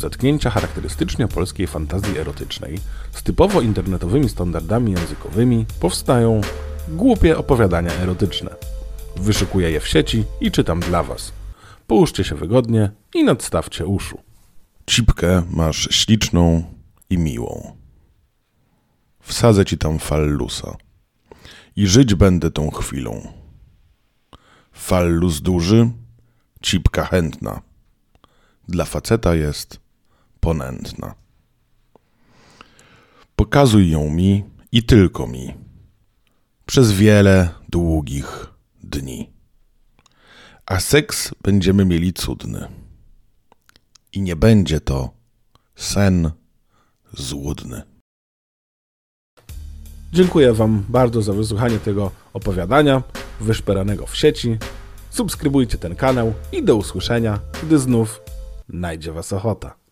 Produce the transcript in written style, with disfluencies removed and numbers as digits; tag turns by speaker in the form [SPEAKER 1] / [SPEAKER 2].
[SPEAKER 1] zetknięcia charakterystycznie polskiej fantazji erotycznej z typowo internetowymi standardami językowymi powstają głupie opowiadania erotyczne. Wyszukuję je w sieci i czytam dla Was. Połóżcie się wygodnie i nadstawcie uszu.
[SPEAKER 2] Cipkę masz śliczną i miłą. Wsadzę ci tam fallusa i żyć będę tą chwilą. Fallus duży, cipka chętna. Dla faceta jest ponętna. Pokazuj ją mi i tylko mi. Przez wiele długich dni. A seks będziemy mieli cudny. I nie będzie to sen złudny.
[SPEAKER 1] Dziękuję Wam bardzo za wysłuchanie tego opowiadania wyszperanego w sieci. Subskrybujcie ten kanał i do usłyszenia, gdy znów najdzie Was ochota.